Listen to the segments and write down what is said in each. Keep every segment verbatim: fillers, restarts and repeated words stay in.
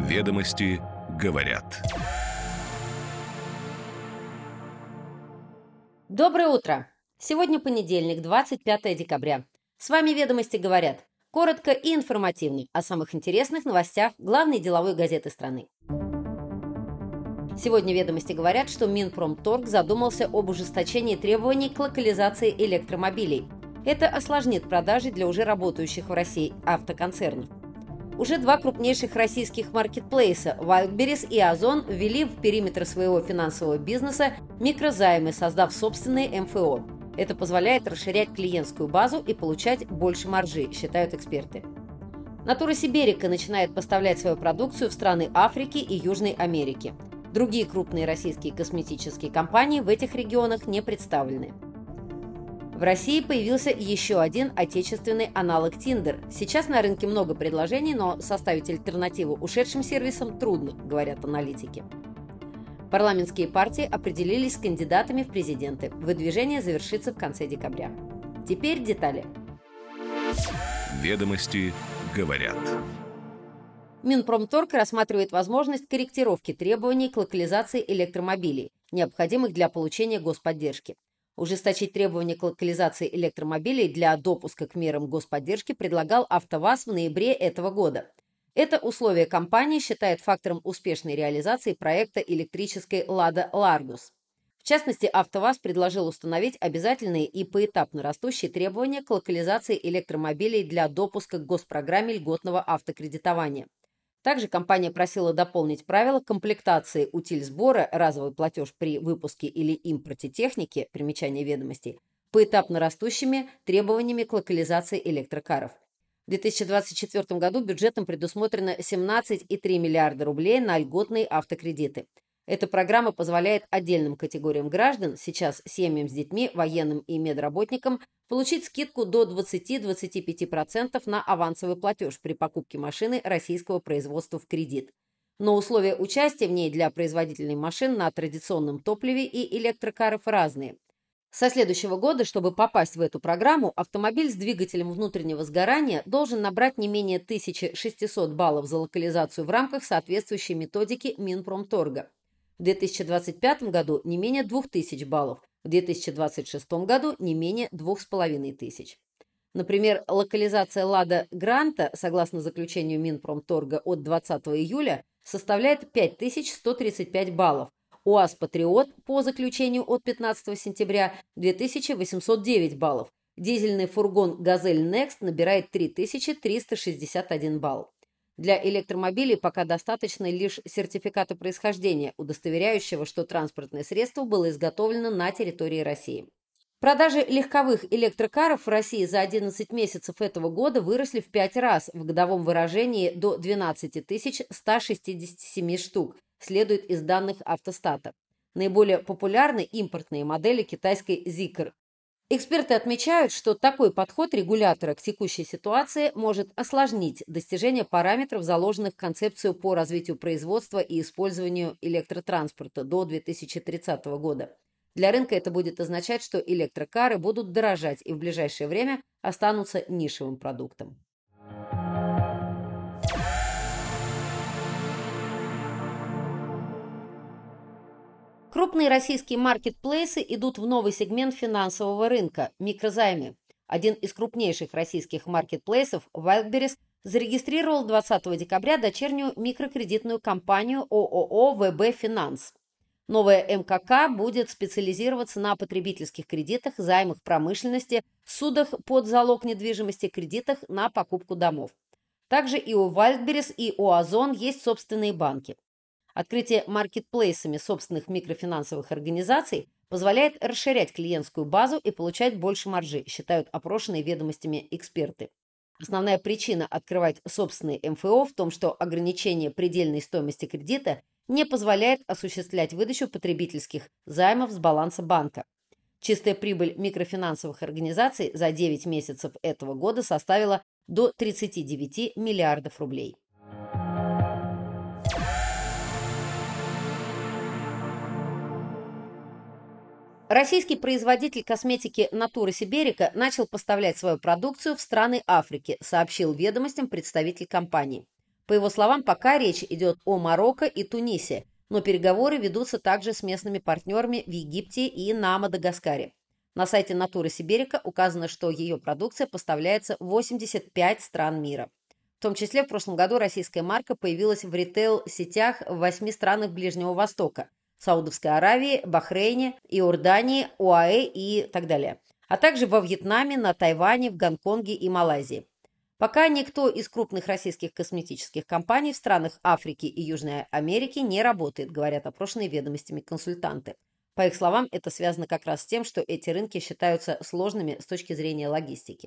Ведомости говорят. Доброе утро! Сегодня понедельник, двадцать пятое декабря. С вами «Ведомости говорят». Коротко и информативно о самых интересных новостях главной деловой газеты страны. Сегодня «Ведомости говорят», что Минпромторг задумался об ужесточении требований к локализации электромобилей. Это осложнит продажи для уже работающих в России автоконцернов. Уже два крупнейших российских маркетплейса Wildberries и Озон ввели в периметр своего финансового бизнеса микрозаймы, создав собственные эм эф о. Это позволяет расширять клиентскую базу и получать больше маржи, считают эксперты. Natura Siberica начинает поставлять свою продукцию в страны Африки и Южной Америки. Другие крупные российские косметические компании в этих регионах не представлены. В России появился еще один отечественный аналог Tinder. Сейчас на рынке много предложений, но составить альтернативу ушедшим сервисам трудно, говорят аналитики. Парламентские партии определились с кандидатами в президенты. Выдвижение завершится в конце декабря. Теперь детали. Ведомости говорят. Минпромторг рассматривает возможность корректировки требований к локализации электромобилей, необходимых для получения господдержки. Ужесточить требования к локализации электромобилей для допуска к мерам господдержки предлагал АвтоВАЗ в ноябре этого года. Это условие компания считает фактором успешной реализации проекта электрической «Лада Ларгус». В частности, АвтоВАЗ предложил установить обязательные и поэтапно растущие требования к локализации электромобилей для допуска к госпрограмме льготного автокредитования. Также компания просила дополнить правила комплектации утиль-сбора, разовый платеж при выпуске или импорте техники, примечание ведомостей, поэтапно растущими требованиями к локализации электрокаров. В две тысячи двадцать четвёртом году бюджетом предусмотрено семнадцать и три миллиарда рублей на льготные автокредиты. Эта программа позволяет отдельным категориям граждан, сейчас семьям с детьми, военным и медработникам, получить скидку до двадцати-двадцати пяти процентов на авансовый платеж при покупке машины российского производства в кредит. Но условия участия в ней для производителей машин на традиционном топливе и электрокаров разные. Со следующего года, чтобы попасть в эту программу, автомобиль с двигателем внутреннего сгорания должен набрать не менее тысячи шестисот баллов за локализацию в рамках соответствующей методики Минпромторга. В две тысячи двадцать пятом году не менее двух тысяч баллов, в две тысячи двадцать шестом году не менее двух с половиной тысяч. Например, локализация «Лада Гранта», согласно заключению Минпромторга от двадцатого июля, составляет пять тысяч сто тридцать пять баллов, УАЗ «Патриот» по заключению от пятнадцатого сентября две тысячи восемьсот девять баллов, дизельный фургон «Газель Некст» набирает три тысячи триста шестьдесят один балл. Для электромобилей пока достаточно лишь сертификата происхождения, удостоверяющего, что транспортное средство было изготовлено на территории России. Продажи легковых электрокаров в России за одиннадцать месяцев этого года выросли в пять раз, в годовом выражении до двенадцати тысяч ста шестидесяти семи штук, следует из данных Автостата. Наиболее популярны импортные модели китайской Zeekr. Эксперты отмечают, что такой подход регулятора к текущей ситуации может осложнить достижение параметров, заложенных в концепцию по развитию производства и использованию электротранспорта до две тысячи тридцатого года. Для рынка это будет означать, что электрокары будут дорожать и в ближайшее время останутся нишевым продуктом. Крупные российские маркетплейсы идут в новый сегмент финансового рынка – микрозаймы. Один из крупнейших российских маркетплейсов, Wildberries, зарегистрировал двадцатого декабря дочернюю микрокредитную компанию ООО «вэ бэ Финанс». Новая эм ка ка будет специализироваться на потребительских кредитах, займах промышленности, судах под залог недвижимости, кредитах на покупку домов. Также и у Wildberries, и у Озон есть собственные банки. Открытие маркетплейсами собственных микрофинансовых организаций позволяет расширять клиентскую базу и получать больше маржи, считают опрошенные ведомостями эксперты. Основная причина открывать собственные эм эф о в том, что ограничение предельной стоимости кредита не позволяет осуществлять выдачу потребительских займов с баланса банка. Чистая прибыль микрофинансовых организаций за девять месяцев этого года составила до тридцати девяти миллиардов рублей. Российский производитель косметики Natura Siberica начал поставлять свою продукцию в страны Африки, сообщил ведомостям представитель компании. По его словам, пока речь идет о Марокко и Тунисе, но переговоры ведутся также с местными партнерами в Египте и на Мадагаскаре. На сайте Натуры Сиберика указано, что ее продукция поставляется в восемьдесят пять стран мира. В том числе в прошлом году российская марка появилась в ритейл-сетях в восьми странах Ближнего Востока – Саудовской Аравии, Бахрейне, Иордании, ОАЭ и так далее, а также во Вьетнаме, на Тайване, в Гонконге и Малайзии. Пока никто из крупных российских косметических компаний в странах Африки и Южной Америки не работает, говорят опрошенные ведомостями консультанты. По их словам, это связано как раз с тем, что эти рынки считаются сложными с точки зрения логистики.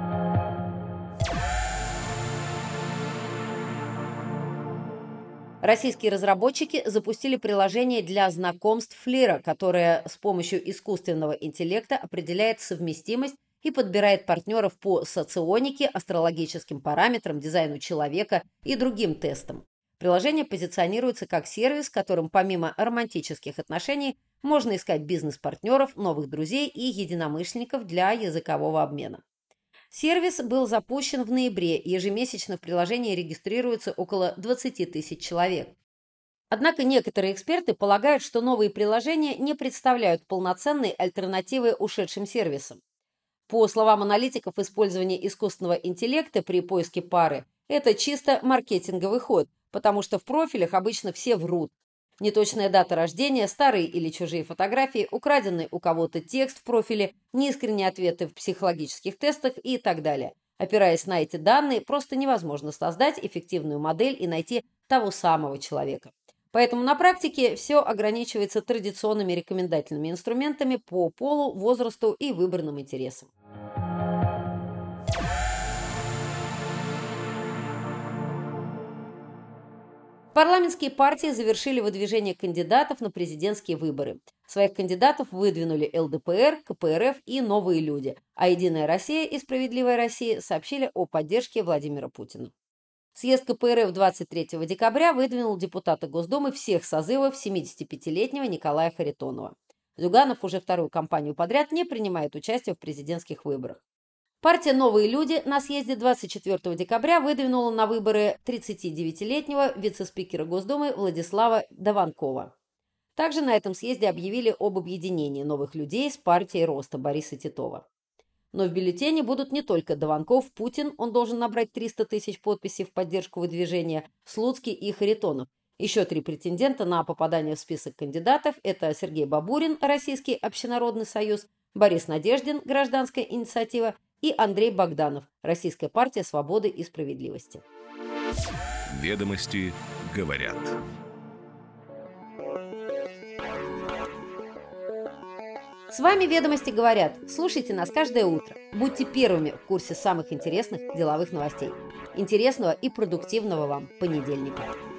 Российские разработчики запустили приложение для знакомств Флира, которое с помощью искусственного интеллекта определяет совместимость и подбирает партнеров по соционике, астрологическим параметрам, дизайну человека и другим тестам. Приложение позиционируется как сервис, которым помимо романтических отношений можно искать бизнес-партнеров, новых друзей и единомышленников для языкового обмена. Сервис был запущен в ноябре, ежемесячно в приложении регистрируется около двадцати тысяч человек. Однако некоторые эксперты полагают, что новые приложения не представляют полноценной альтернативы ушедшим сервисам. По словам аналитиков, использование искусственного интеллекта при поиске пары – это чисто маркетинговый ход, потому что в профилях обычно все врут. Неточная дата рождения, старые или чужие фотографии, украденный у кого-то текст в профиле, неискренние ответы в психологических тестах и так далее. Опираясь на эти данные, просто невозможно создать эффективную модель и найти того самого человека. Поэтому на практике все ограничивается традиционными рекомендательными инструментами по полу, возрасту и выбранным интересам. Парламентские партии завершили выдвижение кандидатов на президентские выборы. Своих кандидатов выдвинули эл дэ пэ эр, ка пэ эр эф и Новые люди, а «Единая Россия» и «Справедливая Россия» сообщили о поддержке Владимира Путина. Съезд ка пэ эр эф двадцать третьего декабря выдвинул депутата Госдумы всех созывов семидесятипятилетнего Николая Харитонова. Зюганов уже вторую кампанию подряд не принимает участие в президентских выборах. Партия «Новые люди» на съезде двадцать четвёртого декабря выдвинула на выборы тридцатидевятилетнего вице-спикера Госдумы Владислава Дованкова. Также на этом съезде объявили об объединении «Новых людей» с партией роста Бориса Титова. Но в бюллетене будут не только Дованков, Путин, он должен набрать триста тысяч подписей в поддержку выдвижения, Слуцкий и Харитонов. Еще три претендента на попадание в список кандидатов – это Сергей Бабурин, Российский общенародный союз, Борис Надеждин, Гражданская инициатива, и Андрей Богданов, Российская партия свободы и справедливости. Ведомости говорят. С вами «Ведомости говорят». Слушайте нас каждое утро. Будьте первыми в курсе самых интересных деловых новостей. Интересного и продуктивного вам понедельника.